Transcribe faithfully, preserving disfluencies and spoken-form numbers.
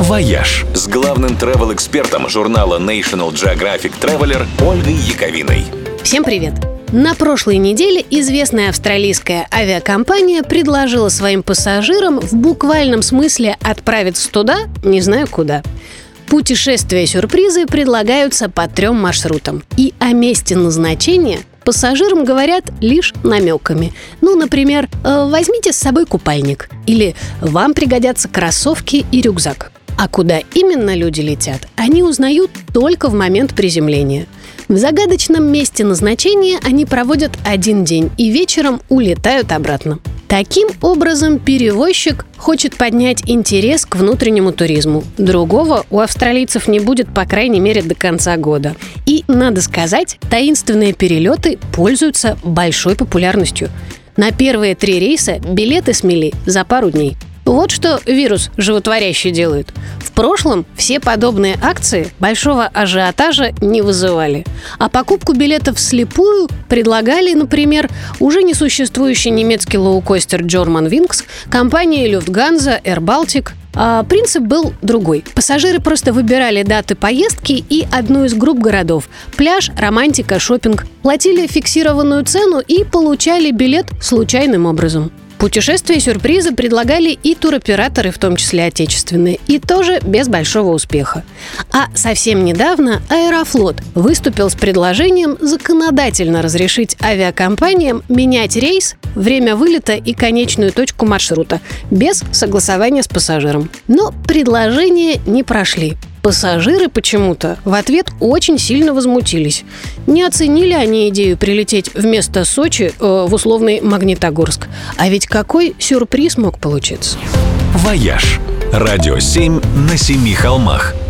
«Вояж» с главным travel-экспертом журнала National Geographic Traveler Ольгой Яковиной. Всем привет! На прошлой неделе известная австралийская авиакомпания предложила своим пассажирам в буквальном смысле отправиться туда, не знаю куда. Путешествия-сюрпризы предлагаются по трем маршрутам. И о месте назначения пассажирам говорят лишь намеками. Ну, например, возьмите с собой купальник. Или вам пригодятся кроссовки и рюкзак. А куда именно люди летят, они узнают только в момент приземления. В загадочном месте назначения они проводят один день и вечером улетают обратно. Таким образом, перевозчик хочет поднять интерес к внутреннему туризму. Другого у австралийцев не будет, по крайней мере, до конца года. И, надо сказать, таинственные перелеты пользуются большой популярностью. На первые три рейса билеты смели за пару дней. Вот что вирус животворящий делает. В прошлом все подобные акции большого ажиотажа не вызывали. А покупку билетов вслепую предлагали, например, уже несуществующий немецкий лоукостер Germanwings, компания Lufthansa, Air Baltic. А принцип был другой. Пассажиры просто выбирали даты поездки и одну из групп городов – пляж, романтика, шопинг. Платили фиксированную цену и получали билет случайным образом. Путешествия-сюрпризы предлагали и туроператоры, в том числе отечественные, и тоже без большого успеха. А совсем недавно Аэрофлот выступил с предложением законодательно разрешить авиакомпаниям менять рейс, время вылета и конечную точку маршрута без согласования с пассажиром. Но предложения не прошли. Пассажиры почему-то в ответ очень сильно возмутились. Не оценили они идею прилететь вместо Сочи э, в условный Магнитогорск. А ведь какой сюрприз мог получиться? «Вояж» – радио семь на семи холмах.